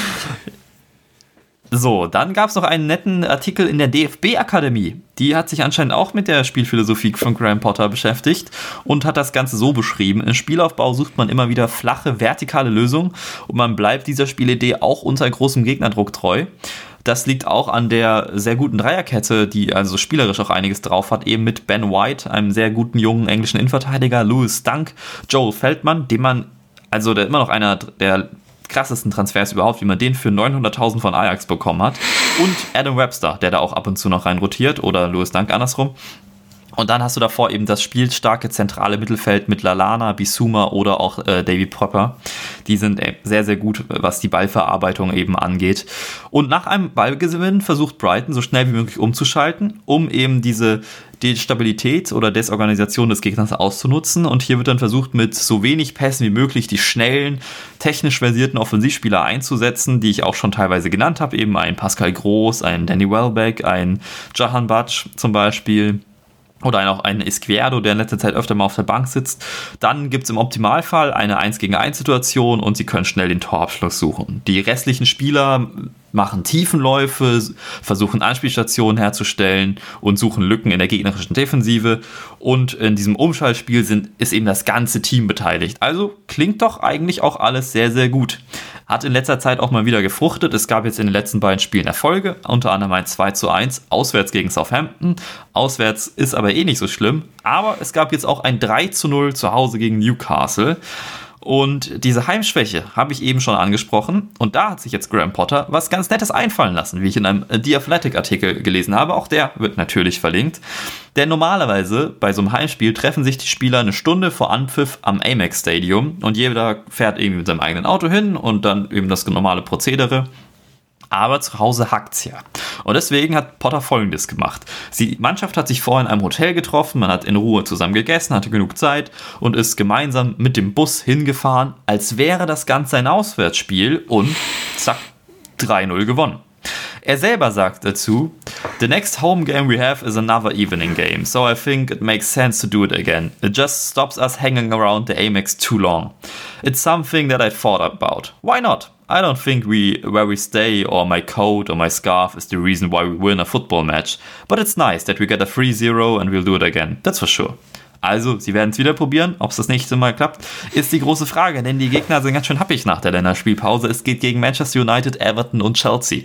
So, dann gab es noch einen netten Artikel in der DFB-Akademie. Die hat sich anscheinend auch mit der Spielphilosophie von Graham Potter beschäftigt und hat das Ganze so beschrieben. Im Spielaufbau sucht man immer wieder flache, vertikale Lösungen und man bleibt dieser Spielidee auch unter großem Gegnerdruck treu. Das liegt auch an der sehr guten Dreierkette, die also spielerisch auch einiges drauf hat, eben mit Ben White, einem sehr guten jungen englischen Innenverteidiger, Lewis Dunk, Joel Feldman, der immer noch einer der krassesten Transfers überhaupt, wie man den für 900.000 von Ajax bekommen hat. Und Adam Webster, der da auch ab und zu noch rein rotiert, oder Lewis Dunk andersrum. Und dann hast du davor eben das spielstarke zentrale Mittelfeld mit Lallana, Bissouma oder auch Davy Pröpper. Die sind sehr, sehr gut, was die Ballverarbeitung eben angeht. Und nach einem Ballgewinn versucht Brighton so schnell wie möglich umzuschalten, um eben diese Destabilität oder Desorganisation des Gegners auszunutzen. Und hier wird dann versucht, mit so wenig Pässen wie möglich die schnellen, technisch versierten Offensivspieler einzusetzen, die ich auch schon teilweise genannt habe. Eben ein Pascal Groß, ein Danny Welbeck, ein Jahan Batsch zum Beispiel. Oder auch einen Izquierdo, der in letzter Zeit öfter mal auf der Bank sitzt. Dann gibt es im Optimalfall eine 1-gegen-1-Situation und sie können schnell den Torabschluss suchen. Die restlichen Spieler machen Tiefenläufe, versuchen Anspielstationen herzustellen und suchen Lücken in der gegnerischen Defensive. Und in diesem Umschaltspiel ist eben das ganze Team beteiligt. Also klingt doch eigentlich auch alles sehr, sehr gut. Hat in letzter Zeit auch mal wieder gefruchtet. Es gab jetzt in den letzten beiden Spielen Erfolge, unter anderem ein 2:1 auswärts gegen Southampton. Auswärts ist aber nicht so schlimm. Aber es gab jetzt auch ein 3:0 zu Hause gegen Newcastle. Und diese Heimschwäche habe ich eben schon angesprochen. Und da hat sich jetzt Graham Potter was ganz Nettes einfallen lassen, wie ich in einem The Athletic-Artikel gelesen habe. Auch der wird natürlich verlinkt. Denn normalerweise bei so einem Heimspiel treffen sich die Spieler eine Stunde vor Anpfiff am Amex Stadium. Und jeder fährt irgendwie mit seinem eigenen Auto hin und dann eben das normale Prozedere. Aber zu Hause hackt's ja. Und deswegen hat Potter Folgendes gemacht. Die Mannschaft hat sich vorher in einem Hotel getroffen, man hat in Ruhe zusammen gegessen, hatte genug Zeit und ist gemeinsam mit dem Bus hingefahren, als wäre das Ganze ein Auswärtsspiel und zack, 3:0 gewonnen. Er selber sagt dazu, "The next home game we have is another evening game, so I think it makes sense to do it again. It just stops us hanging around the Amex too long. It's something that I thought about. Why not? I don't think where we stay or my coat or my scarf is the reason why we win a football match, but it's nice that we get a 3-0 and we'll do it again. That's for sure." Also, sie werden es wieder probieren. Ob es das nächste Mal klappt, ist die große Frage, denn die Gegner sind ganz schön happig nach der Länderspielpause. Es geht gegen Manchester United, Everton und Chelsea.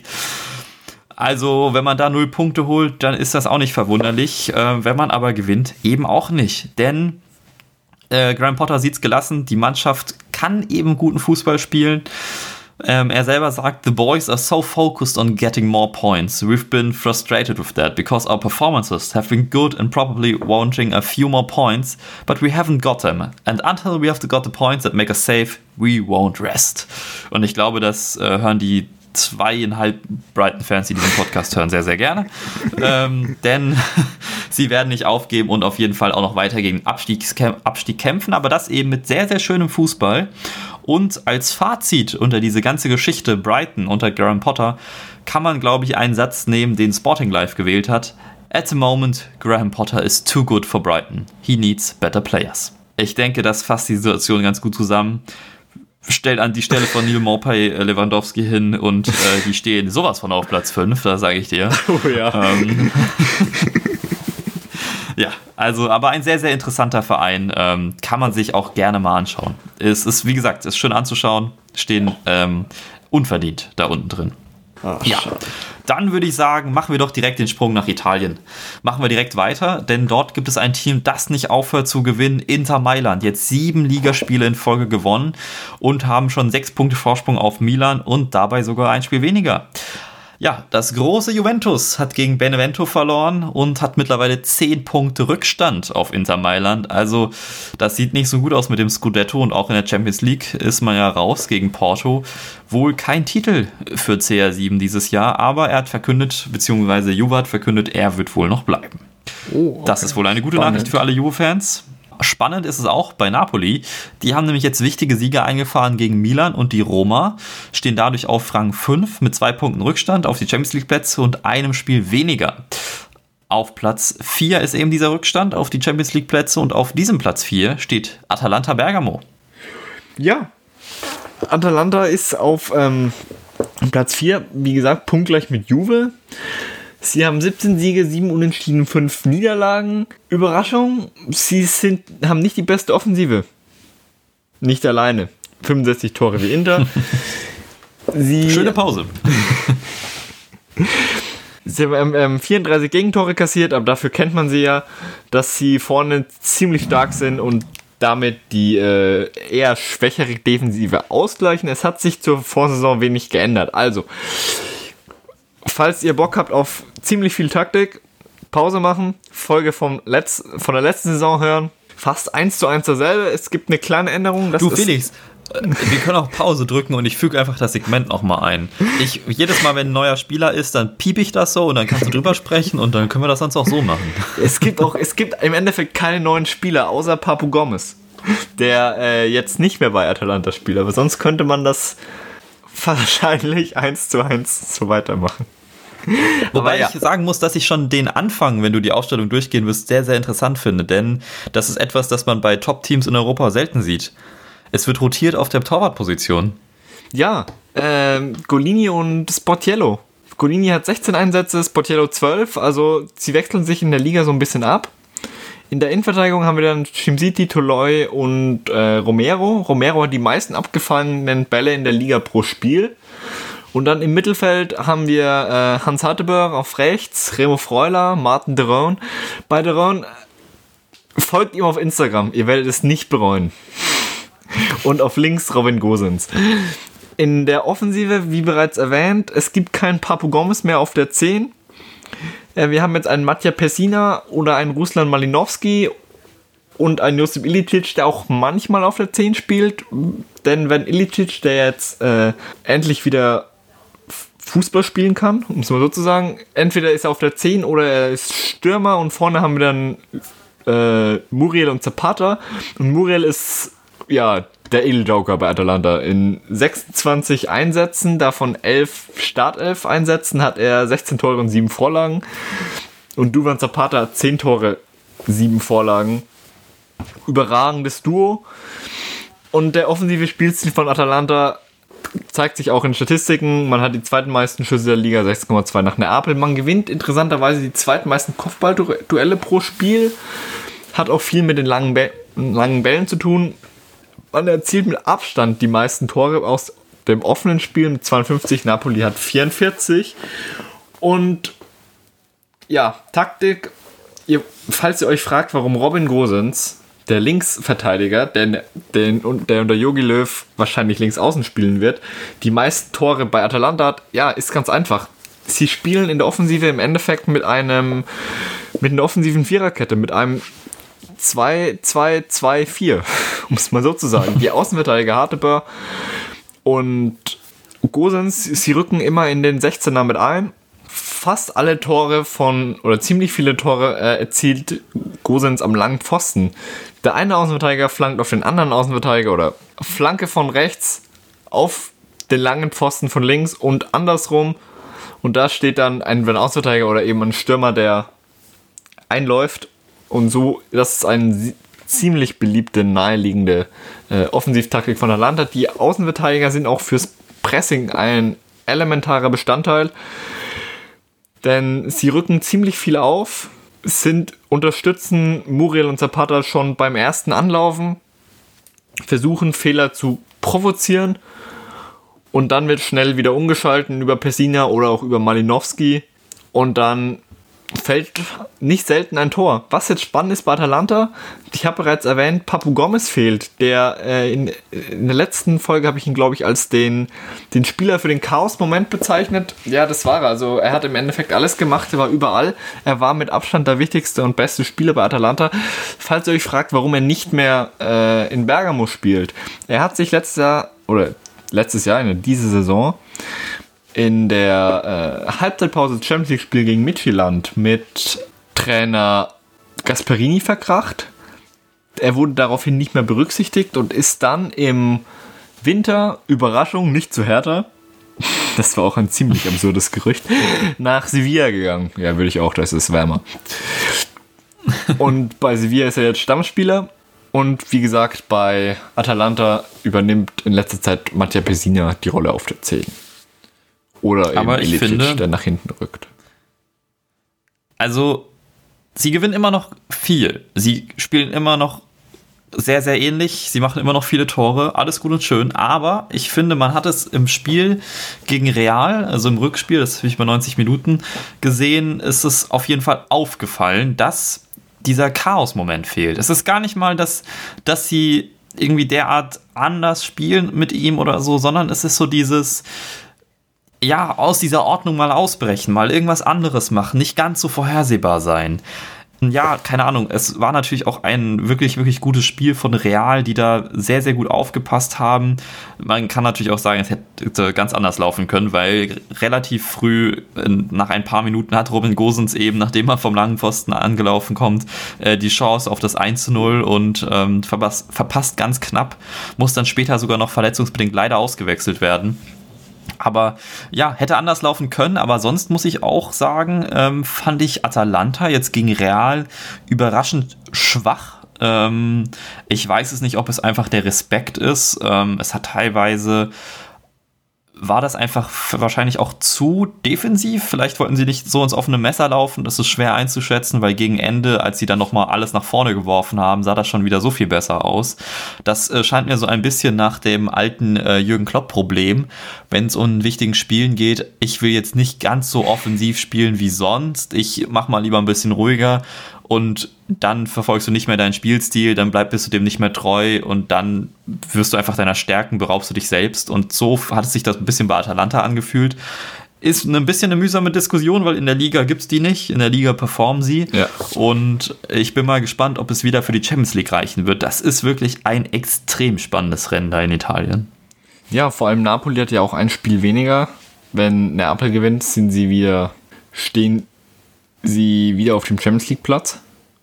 Also, wenn man da 0 Punkte holt, dann ist das auch nicht verwunderlich. Wenn man aber gewinnt, eben auch nicht. Denn Graham Potter sieht's gelassen, die Mannschaft kann eben guten Fußball spielen. Er selber sagt, the boys are so focused on getting more points. We've been frustrated with that because our performances have been good and probably wanting a few more points, but we haven't got them. And until we have got the points that make us safe, we won't rest. Und ich glaube, das hören die 2,5 Brighton-Fans, die diesen Podcast hören, sehr, sehr gerne. Denn sie werden nicht aufgeben und auf jeden Fall auch noch weiter gegen Abstieg kämpfen, aber das eben mit sehr, sehr schönem Fußball. Und als Fazit unter diese ganze Geschichte Brighton unter Graham Potter kann man, glaube ich, einen Satz nehmen, den Sporting Life gewählt hat. At the moment, Graham Potter is too good for Brighton. He needs better players. Ich denke, das fasst die Situation ganz gut zusammen. Stellt an die Stelle von Neil Maupay Lewandowski hin und die stehen sowas von auf Platz 5, da sage ich dir. Oh ja. Ja, also, aber ein sehr, sehr interessanter Verein, kann man sich auch gerne mal anschauen. Es ist, wie gesagt, ist schön anzuschauen, stehen unverdient da unten drin. Ach, ja, dann würde ich sagen, machen wir doch direkt den Sprung nach Italien. Machen wir direkt weiter, denn dort gibt es ein Team, das nicht aufhört zu gewinnen. Inter Mailand, jetzt 7 Ligaspiele in Folge gewonnen und haben schon 6 Punkte Vorsprung auf Milan und dabei sogar ein Spiel weniger. Ja, das große Juventus hat gegen Benevento verloren und hat mittlerweile 10 Punkte Rückstand auf Inter Mailand. Also das sieht nicht so gut aus mit dem Scudetto und auch in der Champions League ist man ja raus gegen Porto. Wohl kein Titel für CR7 dieses Jahr, aber er hat verkündet, beziehungsweise Juve hat verkündet, er wird wohl noch bleiben. Oh, okay. Das ist wohl eine gute Nachricht für alle Juve-Fans. Spannend ist es auch bei Napoli. Die haben nämlich jetzt wichtige Siege eingefahren gegen Milan und die Roma, stehen dadurch auf Rang 5 mit 2 Punkten Rückstand auf die Champions League Plätze und einem Spiel weniger. Auf Platz 4 ist eben dieser Rückstand auf die Champions League Plätze und auf diesem Platz 4 steht Atalanta Bergamo. Ja, Atalanta ist auf Platz 4, wie gesagt, punktgleich mit Juve. Sie haben 17 Siege, 7 Unentschieden, 5 Niederlagen. Überraschung, sie haben nicht die beste Offensive. Nicht alleine. 65 Tore wie Inter. Schöne Pause. Sie haben 34 Gegentore kassiert, aber dafür kennt man sie ja, dass sie vorne ziemlich stark sind und damit die eher schwächere Defensive ausgleichen. Es hat sich zur Vorsaison wenig geändert. Also, falls ihr Bock habt auf ziemlich viel Taktik, Pause machen, Folge von der letzten Saison hören, fast 1:1 dasselbe. Es gibt eine kleine Änderung. Du Felix, wir können auch Pause drücken und ich füge einfach das Segment nochmal ein. Jedes Mal, wenn ein neuer Spieler ist, dann piep ich das so und dann kannst du drüber sprechen und dann können wir das sonst auch so machen. Es gibt im Endeffekt keine neuen Spieler, außer Papu Gomez, der jetzt nicht mehr bei Atalanta spielt, aber sonst könnte man das wahrscheinlich 1:1 so weitermachen. Wobei ich sagen muss, dass ich schon den Anfang, wenn du die Aufstellung durchgehen wirst, sehr, sehr interessant finde, denn das ist etwas, das man bei Top-Teams in Europa selten sieht. Es wird rotiert auf der Torwartposition. Ja, Golini und Sportiello. Golini hat 16 Einsätze, Sportiello 12, also sie wechseln sich in der Liga so ein bisschen ab. In der Innenverteidigung haben wir dann Chimsiti, Toloi und Romero. Romero hat die meisten abgefallenen Bälle in der Liga pro Spiel. Und dann im Mittelfeld haben wir Hans Harteböhr auf rechts, Remo Freuler, Martin de Roon. Bei de Roon folgt ihm auf Instagram, ihr werdet es nicht bereuen. Und auf links Robin Gosens. In der Offensive, wie bereits erwähnt, es gibt keinen Papu Gomez mehr auf der 10. Wir haben jetzt einen Matja Pessina oder einen Ruslan Malinowski und einen Josip Ilicic, der auch manchmal auf der 10 spielt. Denn wenn Ilicic, der jetzt endlich wieder Fußball spielen kann, um es mal so zu sagen, entweder ist er auf der 10 oder er ist Stürmer und vorne haben wir dann Muriel und Zapata. Und Muriel ist ja der Edeljoker bei Atalanta. In 26 Einsätzen, davon 11 Startelf-Einsätzen, hat er 16 Tore und 7 Vorlagen. Und Duvan Zapata hat 10 Tore, 7 Vorlagen. Überragendes Duo. Und der offensive Spielstil von Atalanta zeigt sich auch in Statistiken. Man hat die zweitmeisten Schüsse der Liga, 6,2 nach Neapel. Man gewinnt interessanterweise die zweitmeisten Kopfballduelle pro Spiel. Hat auch viel mit den langen Bällen zu tun. Man erzielt mit Abstand die meisten Tore aus dem offenen Spiel mit 52. Napoli hat 44. Und ja, Taktik. Falls ihr euch fragt, warum Robin Gosens der Linksverteidiger, der unter Jogi Löw wahrscheinlich links außen spielen wird, die meisten Tore bei Atalanta hat, ja, ist ganz einfach. Sie spielen in der Offensive im Endeffekt mit einer offensiven Viererkette, mit einem 2-2-2-4, um es mal so zu sagen. Die Außenverteidiger Hartebör und Gosens, sie rücken immer in den 16er mit ein. Fast alle Tore ziemlich viele Tore erzielt Gosens am langen Pfosten. Der eine Außenverteidiger flankt auf den anderen Außenverteidiger oder Flanke von rechts auf den langen Pfosten von links und andersrum. Und da steht dann ein Außenverteidiger oder eben ein Stürmer, der einläuft. Und so, das ist eine ziemlich beliebte, naheliegende Offensivtaktik von Atalanta. Die Außenverteidiger sind auch fürs Pressing ein elementarer Bestandteil. Denn sie rücken ziemlich viel auf, unterstützen Muriel und Zapata schon beim ersten Anlaufen, versuchen Fehler zu provozieren und dann wird schnell wieder umgeschalten über Pessina oder auch über Malinowski und dann fällt nicht selten ein Tor. Was jetzt spannend ist bei Atalanta, ich habe bereits erwähnt, Papu Gomez fehlt, der in der letzten Folge habe ich ihn, glaube ich, als den Spieler für den Chaos-Moment bezeichnet. Ja, das war er. Also er hat im Endeffekt alles gemacht, er war überall. Er war mit Abstand der wichtigste und beste Spieler bei Atalanta. Falls ihr euch fragt, warum er nicht mehr in Bergamo spielt. Er hat sich letztes Jahr, in dieser Saison, in der Halbzeitpause des Champions League-Spiel gegen Midtjylland mit Trainer Gasperini verkracht. Er wurde daraufhin nicht mehr berücksichtigt und ist dann im Winter, Überraschung, nicht zu Hertha, das war auch ein ziemlich absurdes Gerücht, nach Sevilla gegangen. Ja, würde ich auch, das ist wärmer. Und bei Sevilla ist er jetzt Stammspieler. Und wie gesagt, bei Atalanta übernimmt in letzter Zeit Mattia Pessina die Rolle auf der 10. Oder eben Ilicic, der nach hinten rückt. Also, sie gewinnen immer noch viel. Sie spielen immer noch sehr, sehr ähnlich. Sie machen immer noch viele Tore. Alles gut und schön. Aber ich finde, man hat es im Spiel gegen Real, also im Rückspiel, das habe ich bei 90 Minuten gesehen, ist es auf jeden Fall aufgefallen, dass dieser Chaos-Moment fehlt. Es ist gar nicht mal, dass sie irgendwie derart anders spielen mit ihm oder so, sondern es ist so dieses, ja, aus dieser Ordnung mal ausbrechen, mal irgendwas anderes machen, nicht ganz so vorhersehbar sein. Ja, keine Ahnung, es war natürlich auch ein wirklich, wirklich gutes Spiel von Real, die da sehr, sehr gut aufgepasst haben. Man kann natürlich auch sagen, es hätte ganz anders laufen können, weil relativ früh, nach ein paar Minuten, hat Robin Gosens eben, nachdem er vom langen Pfosten angelaufen kommt, die Chance auf das 1:0 und verpasst ganz knapp, muss dann später sogar noch verletzungsbedingt leider ausgewechselt werden. Aber ja, hätte anders laufen können, aber sonst muss ich auch sagen, fand ich Atalanta jetzt gegen Real überraschend schwach. Ich weiß es nicht, ob es einfach der Respekt ist. Es hat teilweise, war das einfach wahrscheinlich auch zu defensiv. Vielleicht wollten sie nicht so ins offene Messer laufen. Das ist schwer einzuschätzen, weil gegen Ende, als sie dann nochmal alles nach vorne geworfen haben, sah das schon wieder so viel besser aus. Das scheint mir so ein bisschen nach dem alten Jürgen Klopp-Problem, wenn es um wichtigen Spielen geht. Ich will jetzt nicht ganz so offensiv spielen wie sonst. Ich mach mal lieber ein bisschen ruhiger. Und dann verfolgst du nicht mehr deinen Spielstil, dann bist du dem nicht mehr treu und dann wirst du einfach deiner Stärken, beraubst du dich selbst. Und so hat es sich das ein bisschen bei Atalanta angefühlt. Ist ein bisschen eine mühsame Diskussion, weil in der Liga gibt es die nicht. In der Liga performen sie. Ja. Und ich bin mal gespannt, ob es wieder für die Champions League reichen wird. Das ist wirklich ein extrem spannendes Rennen da in Italien. Ja, vor allem Napoli hat ja auch ein Spiel weniger. Wenn Neapel gewinnt, stehen sie wieder auf dem Champions League Platz.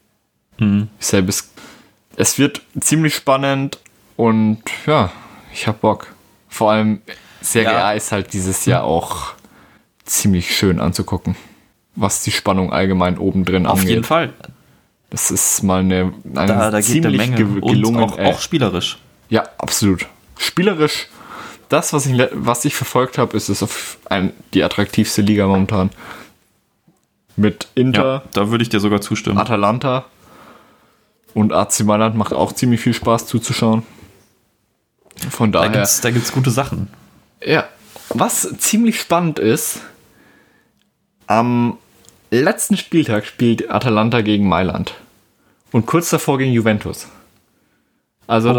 Es wird ziemlich spannend und ja, ich hab Bock. Vor allem Serie A ist halt dieses Jahr auch ziemlich schön anzugucken, was die Spannung allgemein oben drin angeht. Auf jeden Fall. Das ist mal eine da ziemlich geht eine Menge gelungen. Und auch spielerisch. Ja, absolut. Spielerisch, das, was ich verfolgt habe, ist es die attraktivste Liga momentan. Mit Inter, ja, da würde ich dir sogar zustimmen. Atalanta und AC Mailand macht auch ziemlich viel Spaß zuzuschauen. Von daher. Da gibt's gute Sachen. Ja, was ziemlich spannend ist, am letzten Spieltag spielt Atalanta gegen Mailand und kurz davor gegen Juventus. Also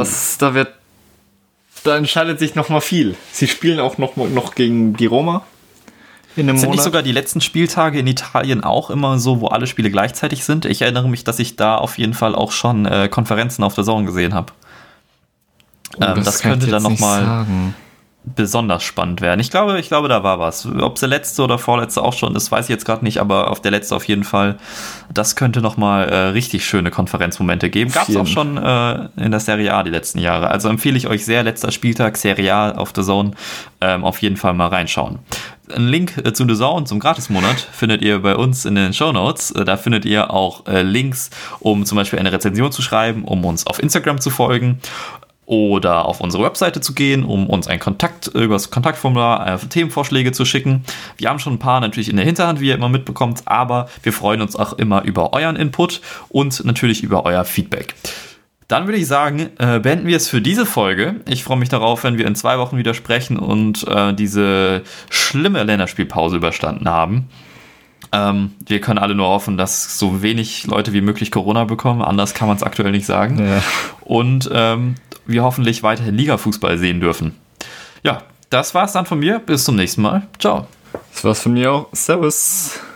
da entscheidet sich nochmal viel. Sie spielen auch noch gegen die Roma in einem Sind Monat. nicht sogar die letzten Spieltage in Italien auch immer so, wo alle Spiele gleichzeitig sind? Ich erinnere mich, dass ich da auf jeden Fall auch schon Konferenzen auf der DAZN gesehen habe. Das könnte dann nochmal besonders spannend werden. Ich glaube, da war was. Ob es der letzte oder vorletzte auch schon ist, weiß ich jetzt gerade nicht, aber auf der letzte auf jeden Fall. Das könnte nochmal richtig schöne Konferenzmomente geben. Gab es auch schon in der Serie A die letzten Jahre. Also empfehle ich euch sehr, letzter Spieltag, Serie A auf der DAZN, auf jeden Fall mal reinschauen. Einen Link zu The Zone, zum Gratismonat, findet ihr bei uns in den Shownotes. Da findet ihr auch Links, um zum Beispiel eine Rezension zu schreiben, um uns auf Instagram zu folgen oder auf unsere Webseite zu gehen, um uns über das Kontaktformular Themenvorschläge zu schicken. Wir haben schon ein paar natürlich in der Hinterhand, wie ihr immer mitbekommt, aber wir freuen uns auch immer über euren Input und natürlich über euer Feedback. Dann würde ich sagen, beenden wir es für diese Folge. Ich freue mich darauf, wenn wir in 2 Wochen wieder sprechen und diese schlimme Länderspielpause überstanden haben. Wir können alle nur hoffen, dass so wenig Leute wie möglich Corona bekommen. Anders kann man es aktuell nicht sagen. Ja. Und wir hoffentlich weiterhin Liga-Fußball sehen dürfen. Ja, das war's dann von mir. Bis zum nächsten Mal. Ciao. Das war's von mir auch. Servus.